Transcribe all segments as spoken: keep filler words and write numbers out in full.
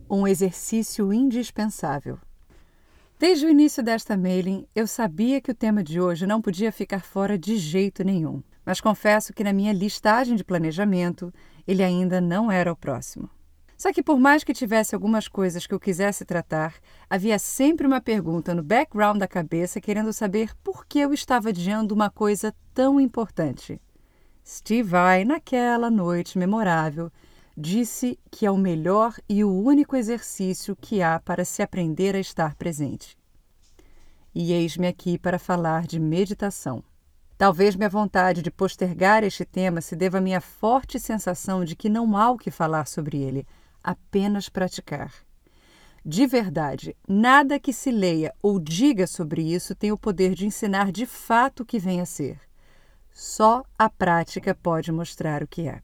Um exercício indispensável. Desde o início desta mailing, eu sabia que o tema de hoje não podia ficar fora de jeito nenhum, mas confesso que na minha listagem de planejamento, ele ainda não era o próximo. Só que por mais que tivesse algumas coisas que eu quisesse tratar, havia sempre uma pergunta no background da cabeça querendo saber por que eu estava adiando uma coisa tão importante. Steve Vai, naquela noite memorável, disse que é o melhor e o único exercício que há para se aprender a estar presente. E eis-me aqui para falar de meditação. Talvez minha vontade de postergar este tema se deva à minha forte sensação de que não há o que falar sobre ele, apenas praticar. De verdade, nada que se leia ou diga sobre isso tem o poder de ensinar de fato o que vem a ser. Só a prática pode mostrar o que é.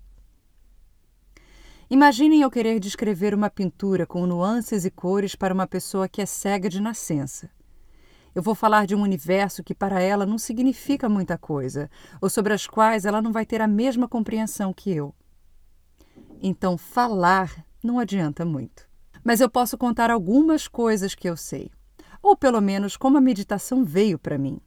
Imaginem eu querer descrever uma pintura com nuances e cores para uma pessoa que é cega de nascença. Eu vou falar de um universo que para ela não significa muita coisa, ou sobre as quais ela não vai ter a mesma compreensão que eu. Então, falar não adianta muito. Mas eu posso contar algumas coisas que eu sei, ou pelo menos como a meditação veio para mim.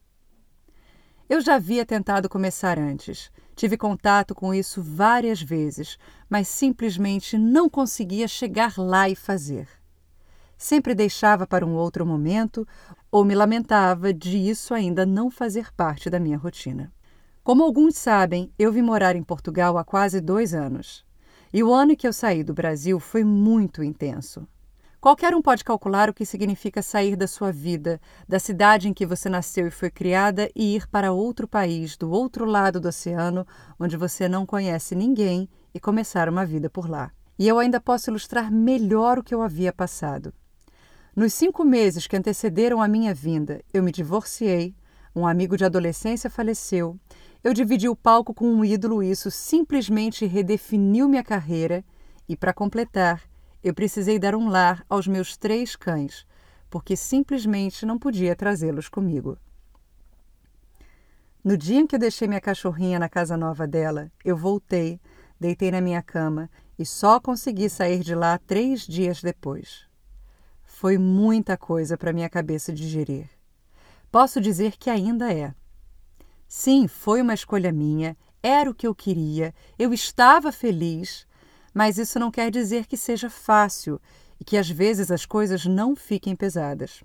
Eu já havia tentado começar antes, tive contato com isso várias vezes, mas simplesmente não conseguia chegar lá e fazer. Sempre deixava para um outro momento ou me lamentava de isso ainda não fazer parte da minha rotina. Como alguns sabem, eu vim morar em Portugal há quase dois anos. E o ano que eu saí do Brasil foi muito intenso. Qualquer um pode calcular o que significa sair da sua vida, da cidade em que você nasceu e foi criada, e ir para outro país, do outro lado do oceano, onde você não conhece ninguém, e começar uma vida por lá. E eu ainda posso ilustrar melhor o que eu havia passado. Nos cinco meses que antecederam a minha vinda, eu me divorciei, um amigo de adolescência faleceu, eu dividi o palco com um ídolo e isso simplesmente redefiniu minha carreira, e para completar, eu precisei dar um lar aos meus três cães, porque simplesmente não podia trazê-los comigo. No dia em que eu deixei minha cachorrinha na casa nova dela, eu voltei, deitei na minha cama e só consegui sair de lá três dias depois. Foi muita coisa para minha cabeça digerir. Posso dizer que ainda é. Sim, foi uma escolha minha, era o que eu queria, eu estava feliz, mas isso não quer dizer que seja fácil e que às vezes as coisas não fiquem pesadas.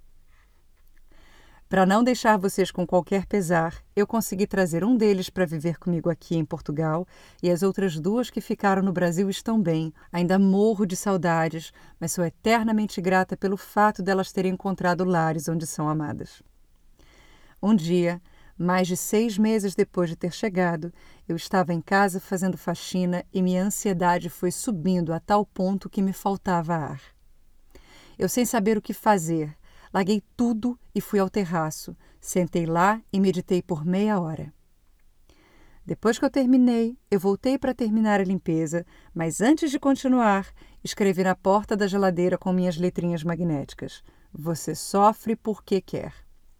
Para não deixar vocês com qualquer pesar, eu consegui trazer um deles para viver comigo aqui em Portugal e as outras duas que ficaram no Brasil estão bem. Ainda morro de saudades, mas sou eternamente grata pelo fato delas terem encontrado lares onde são amadas. Um dia, mais de seis meses depois de ter chegado, eu estava em casa fazendo faxina e minha ansiedade foi subindo a tal ponto que me faltava ar. Eu, sem saber o que fazer, larguei tudo e fui ao terraço, sentei lá e meditei por meia hora. Depois que eu terminei, eu voltei para terminar a limpeza, mas antes de continuar, escrevi na porta da geladeira com minhas letrinhas magnéticas: "Você sofre porque quer".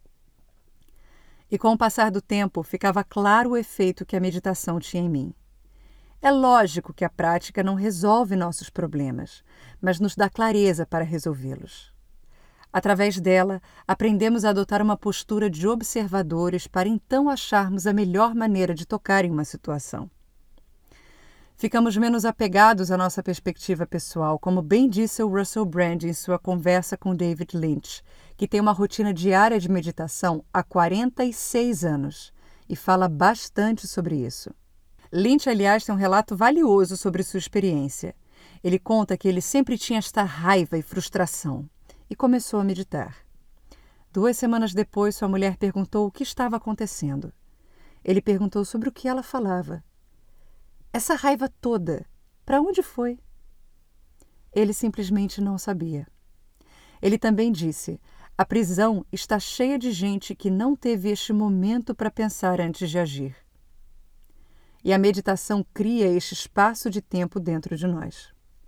E com o passar do tempo, ficava claro o efeito que a meditação tinha em mim. É lógico que a prática não resolve nossos problemas, mas nos dá clareza para resolvê-los. Através dela, aprendemos a adotar uma postura de observadores para então acharmos a melhor maneira de tocar em uma situação. Ficamos menos apegados à nossa perspectiva pessoal, como bem disse o Russell Brand em sua conversa com David Lynch, que tem uma rotina diária de meditação há quarenta e seis anos e fala bastante sobre isso. Lynch, aliás, tem um relato valioso sobre sua experiência. Ele conta que ele sempre tinha esta raiva e frustração e começou a meditar. Duas semanas depois, sua mulher perguntou o que estava acontecendo. Ele perguntou sobre o que ela falava. Essa raiva toda, para onde foi? Ele simplesmente não sabia. Ele também disse: a prisão está cheia de gente que não teve este momento para pensar antes de agir. E a meditação cria este espaço de tempo dentro de nós.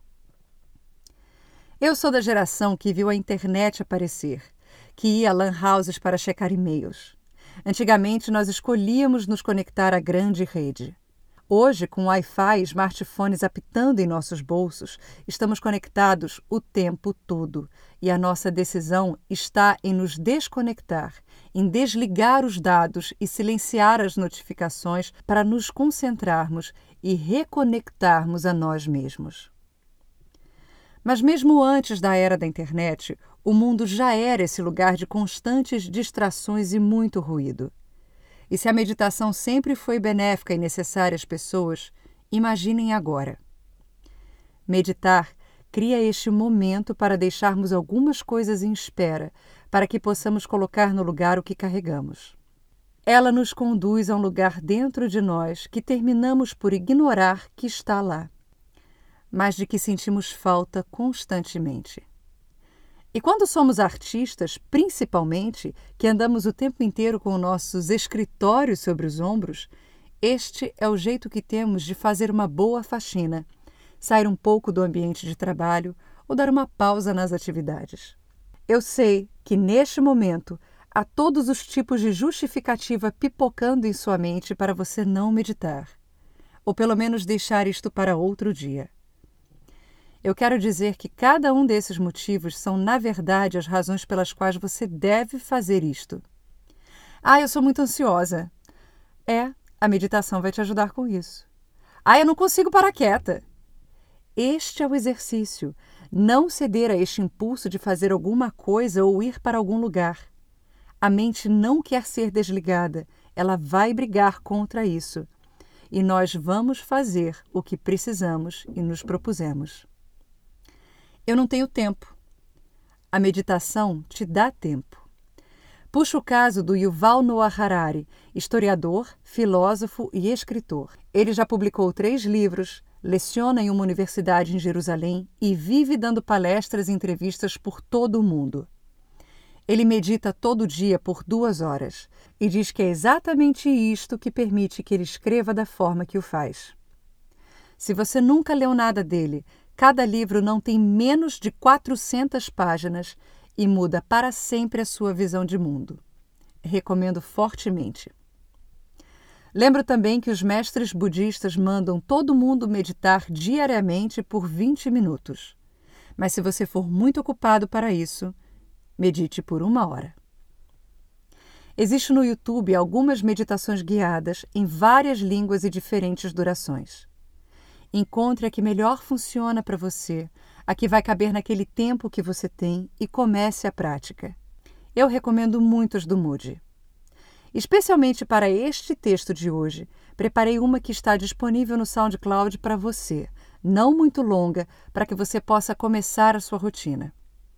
Eu sou da geração que viu a internet aparecer, que ia a lan houses para checar e-mails. Antigamente, nós escolhíamos nos conectar à grande rede. Hoje, com Wi-Fi e smartphones apitando em nossos bolsos, estamos conectados o tempo todo e a nossa decisão está em nos desconectar, em desligar os dados e silenciar as notificações para nos concentrarmos e reconectarmos a nós mesmos. Mas mesmo antes da era da internet, o mundo já era esse lugar de constantes distrações e muito ruído. E se a meditação sempre foi benéfica e necessária às pessoas, imaginem agora. Meditar cria este momento para deixarmos algumas coisas em espera, para que possamos colocar no lugar o que carregamos. Ela nos conduz a um lugar dentro de nós que terminamos por ignorar que está lá, mas de que sentimos falta constantemente. E quando somos artistas, principalmente, que andamos o tempo inteiro com nossos escritórios sobre os ombros, este é o jeito que temos de fazer uma boa faxina, sair um pouco do ambiente de trabalho ou dar uma pausa nas atividades. Eu sei que, neste momento, há todos os tipos de justificativa pipocando em sua mente para você não meditar, ou pelo menos deixar isto para outro dia. Eu quero dizer que cada um desses motivos são, na verdade, as razões pelas quais você deve fazer isto. Ah, eu sou muito ansiosa. É, a meditação vai te ajudar com isso. Ah, eu não consigo parar quieta. Este é o exercício. Não ceder a este impulso de fazer alguma coisa ou ir para algum lugar. A mente não quer ser desligada. Ela vai brigar contra isso. E nós vamos fazer o que precisamos e nos propusemos. Eu não tenho tempo. A meditação te dá tempo. Puxa o caso do Yuval Noah Harari, historiador, filósofo e escritor. Ele já publicou três livros, leciona em uma universidade em Jerusalém e vive dando palestras e entrevistas por todo o mundo. Ele medita todo dia por duas horas e diz que é exatamente isto que permite que ele escreva da forma que o faz. Se você nunca leu nada dele, cada livro não tem menos de quatrocentas páginas e muda para sempre a sua visão de mundo. Recomendo fortemente. Lembro também que os mestres budistas mandam todo mundo meditar diariamente por vinte minutos. Mas se você for muito ocupado para isso, medite por uma hora. Existe no YouTube algumas meditações guiadas em várias línguas e diferentes durações. Encontre a que melhor funciona para você, a que vai caber naquele tempo que você tem e comece a prática. Eu recomendo muitos do Moody. Especialmente para este texto de hoje, preparei uma que está disponível no SoundCloud para você, não muito longa, para que você possa começar a sua rotina.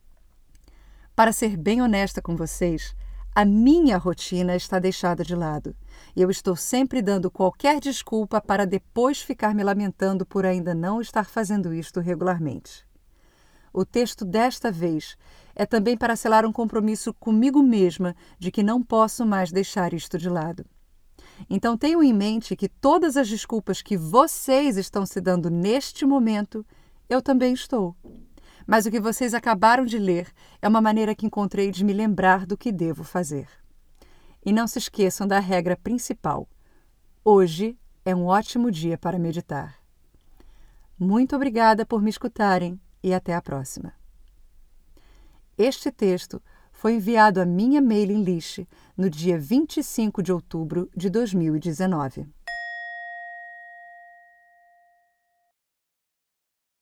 Para ser bem honesta com vocês, a minha rotina está deixada de lado e eu estou sempre dando qualquer desculpa para depois ficar me lamentando por ainda não estar fazendo isto regularmente. O texto desta vez é também para selar um compromisso comigo mesma de que não posso mais deixar isto de lado. Então tenham em mente que todas as desculpas que vocês estão se dando neste momento, eu também estou. Mas o que vocês acabaram de ler é uma maneira que encontrei de me lembrar do que devo fazer. E não se esqueçam da regra principal. Hoje é um ótimo dia para meditar. Muito obrigada por me escutarem e até a próxima. Este texto foi enviado à minha mailing list no dia vinte e cinco de outubro de dois mil e dezenove.